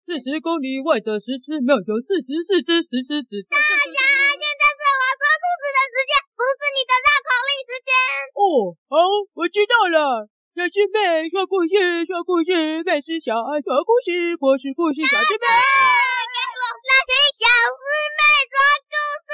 40公里外的石狮庙有44只石狮子。 大侠，现在是我说兔子的时间，不是你的绕口令时间。 哦，好，我知道了。小师妹说故事，说故事，妹是小孩说故事，我是故事小师妹。 给我来听小师妹说故事。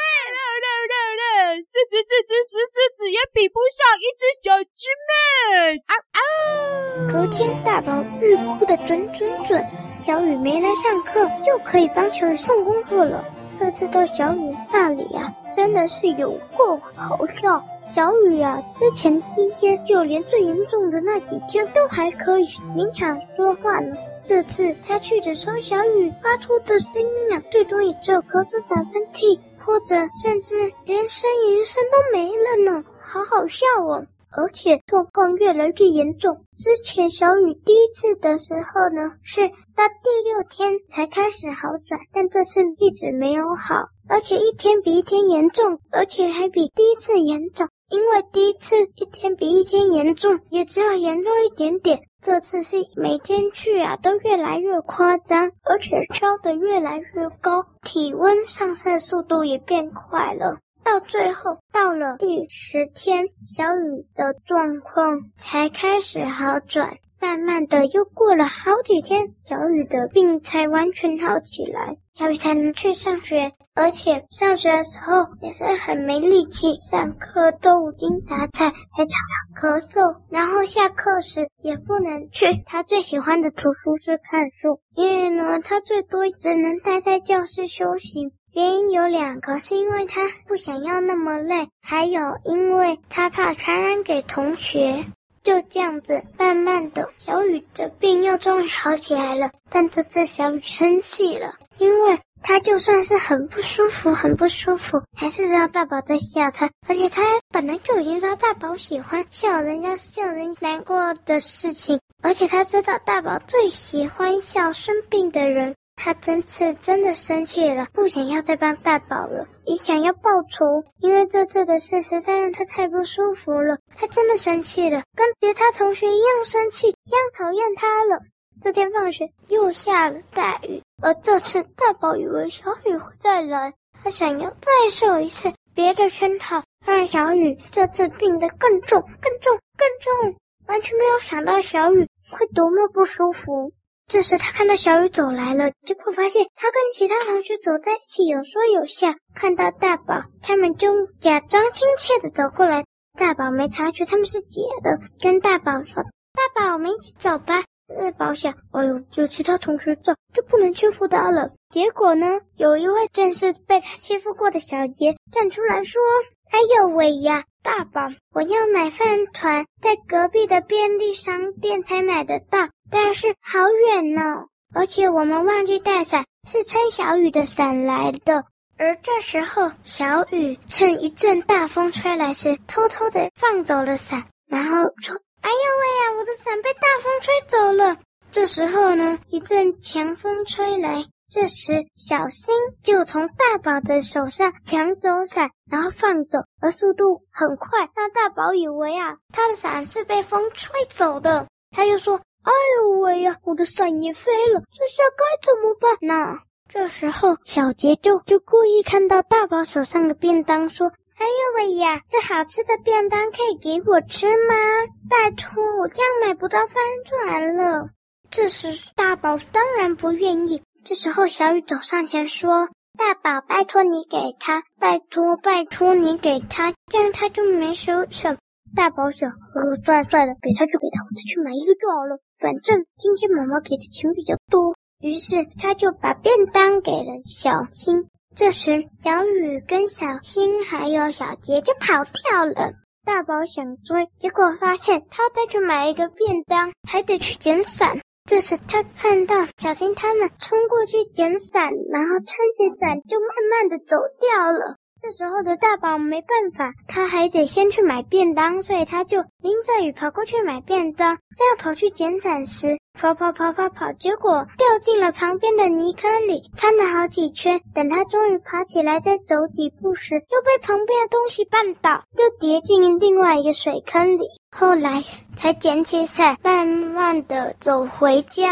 这只石狮子也比不上一只小师妹。 隔天大宝预估的准，小雨没来上课，就可以帮小雨送功课了。这次到小雨那里啊，真的是有够好笑。小雨啊，之前第一天就连最严重的那几天都还可以勉强说话呢。这次他去的时候，小雨发出的声音啊，最多也只有咳嗽、打喷嚏，或者甚至连呻吟声都没了呢，好好笑哦。而且状况越来越严重。之前小雨第一次的时候呢，是到第6天才开始好转，但这次一直没有好，而且一天比一天严重，而且还比第一次严重。因为第一次一天比一天严重，也只有严重一点点，这次是每天去啊都越来越夸张，而且烧得越来越高，体温上升的速度也变快了。到最后，到了第10天，小雨的状况才开始好转，慢慢的又过了好几天，小雨的病才完全好起来，小雨才能去上学。而且上学的时候也是很没力气，上课都无精打采，还常常咳嗽，然后下课时也不能去他最喜欢的图书室看书，因为呢他最多只能待在教室休息。原因有2个，是因为他不想要那么累，还有因为他怕传染给同学。就这样子慢慢的，小雨的病又终于好起来了。但这次小雨生气了，因为他就算是很不舒服，还是知道大宝在笑他，而且他本来就已经知道大宝喜欢笑人家难过的事情，而且他知道大宝最喜欢笑生病的人。他这次真的生气了，不想要再帮大宝了，也想要报仇，因为这次的事实在让他太不舒服了。他真的生气了，跟其他同学一样生气，一样讨厌他了。这天放学又下了大雨，而这次大宝以为小雨会再来，他想要再受一次别的圈套，让小雨这次病得更重，完全没有想到小雨会多么不舒服。这时他看到小雨走来了，结果发现他跟其他同学走在一起，有说有笑。看到大宝，他们就假装亲切的走过来。大宝没察觉他们是姐的，跟大宝说：“大宝，我们一起走吧。”大宝想：“哎呦，有其他同学在，就不能欺负他了。”结果呢，有一位正是被他欺负过的小爷站出来说：“哎呦喂呀，大宝，我要买饭团，在隔壁的便利商店才买得到，但是好远呢，而且我们忘记带伞，是撑小雨的伞来的。”而这时候，小雨趁一阵大风吹来时，偷偷的放走了伞，然后说：“哎呦喂呀，我的伞被大风吹走了。”这时候呢，一阵强风吹来，这时小新就从大宝的手上抢走伞，然后放走，而速度很快，让大宝以为啊，他的伞是被风吹走的。他就说：“哎呦喂呀，我的伞也飞了，这下该怎么办呢？”这时候小杰就故意看到大宝手上的便当，说：“哎呦喂呀，这好吃的便当可以给我吃吗？拜托，我这样买不到饭团了。”这时大宝当然不愿意。这时候小雨走上前说：“大宝，拜托你给他，拜托你给他，这样他就没羞耻。”大宝想：“算了，给他就给他，我再去买一个就好了，反正今天妈妈给的钱比较多。”于是他就把便当给了小新。这时小雨跟小新还有小杰就跑掉了。大宝想追，结果发现他再去买一个便当，还得去捡伞。这时他看到小新他们冲过去捡伞，然后撑起伞就慢慢的走掉了。这时候的大宝没办法，他还得先去买便当，所以他就淋着雨跑过去买便当。在要跑去捡伞时，跑，结果掉进了旁边的泥坑里，翻了好几圈。等他终于爬起来再走几步时，又被旁边的东西绊倒，又跌进另外一个水坑里。后来才捡起伞，慢慢的走回家。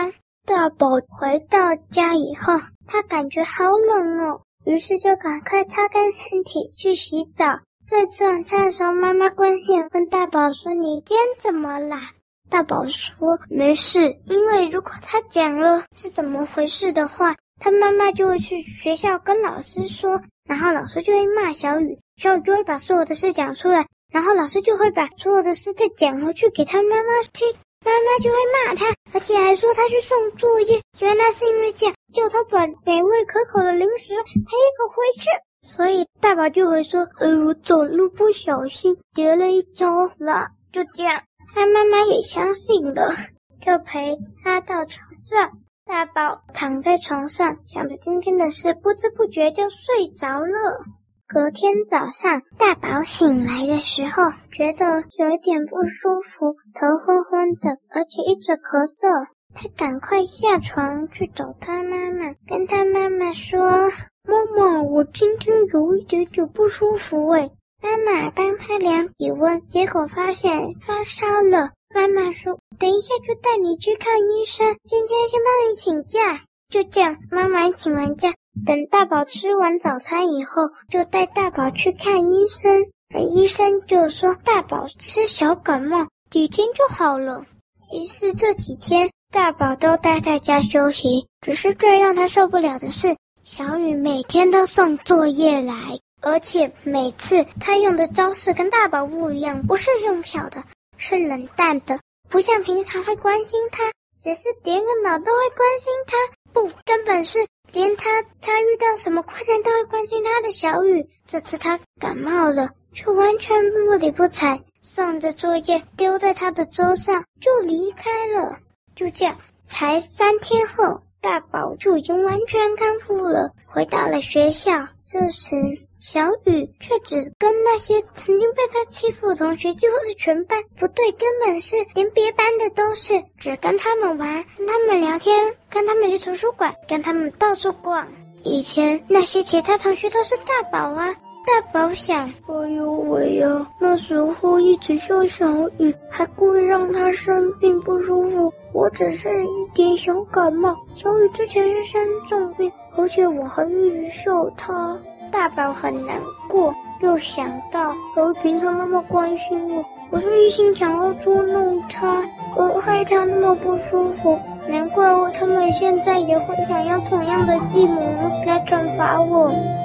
大宝回到家以后，他感觉好冷哦，于是就赶快擦干身体去洗澡。在吃晚餐的时候，妈妈关心问大宝说：“你今天怎么啦？”大宝说：“没事。”因为如果他讲了是怎么回事的话，他妈妈就会去学校跟老师说，然后老师就会骂小雨，小雨就会把所有的事讲出来，然后老师就会把所有的事再讲回去给他妈妈听，妈妈就会骂他，而且还说他去送作业，原来是因为这样，叫他把美味可口的零食赔一个回去。所以大宝就会说：“我走路不小心跌了一跤啦。”就这样，他妈妈也相信了，就陪他到床上。大宝躺在床上，想着今天的事，不知不觉就睡着了。隔天早上，大宝醒来的时候，觉得有一点不舒服，头昏昏的，而且一直咳嗽。他赶快下床去找他妈妈，跟他妈妈说：“妈妈，我今天有一点点不舒服诶。”妈妈帮他量体温，结果发现发烧了。妈妈说：“等一下就带你去看医生，今天先帮你请假。”就这样，妈妈请完假，等大宝吃完早餐以后，就带大宝去看医生。而医生就说大宝吃小感冒，几天就好了。于是这几天大宝都待在家休息。只是最让他受不了的是，小雨每天都送作业来，而且每次他用的招式跟大宝不一样，不是用票的，是冷淡的，不像平常会关心他，只是点个脑都会关心他，不，根本是连他遇到什么困难都会关心他的小雨。这次他感冒了，就完全不理不睬，送的作业丢在他的桌上就离开了。就这样，才3天后，大宝就已经完全康复了，回到了学校。这时小雨却只跟那些曾经被他欺负的同学，几乎是全班，不对，根本是连别班的都是，只跟他们玩，跟他们聊天，跟他们去图书馆，跟他们到处逛。以前那些其他同学都是大宝啊，大宝想，哎呦喂呀，那时候一直笑小雨，还故意让他生病不舒服，我只是一点小感冒，小雨之前是生重病，而且我还一直笑他。大宝很难过，又想到小雨平常那么关心我，我是一心想要捉弄他，而害他那么不舒服，难怪他们现在也会想要同样的计谋来惩罚我。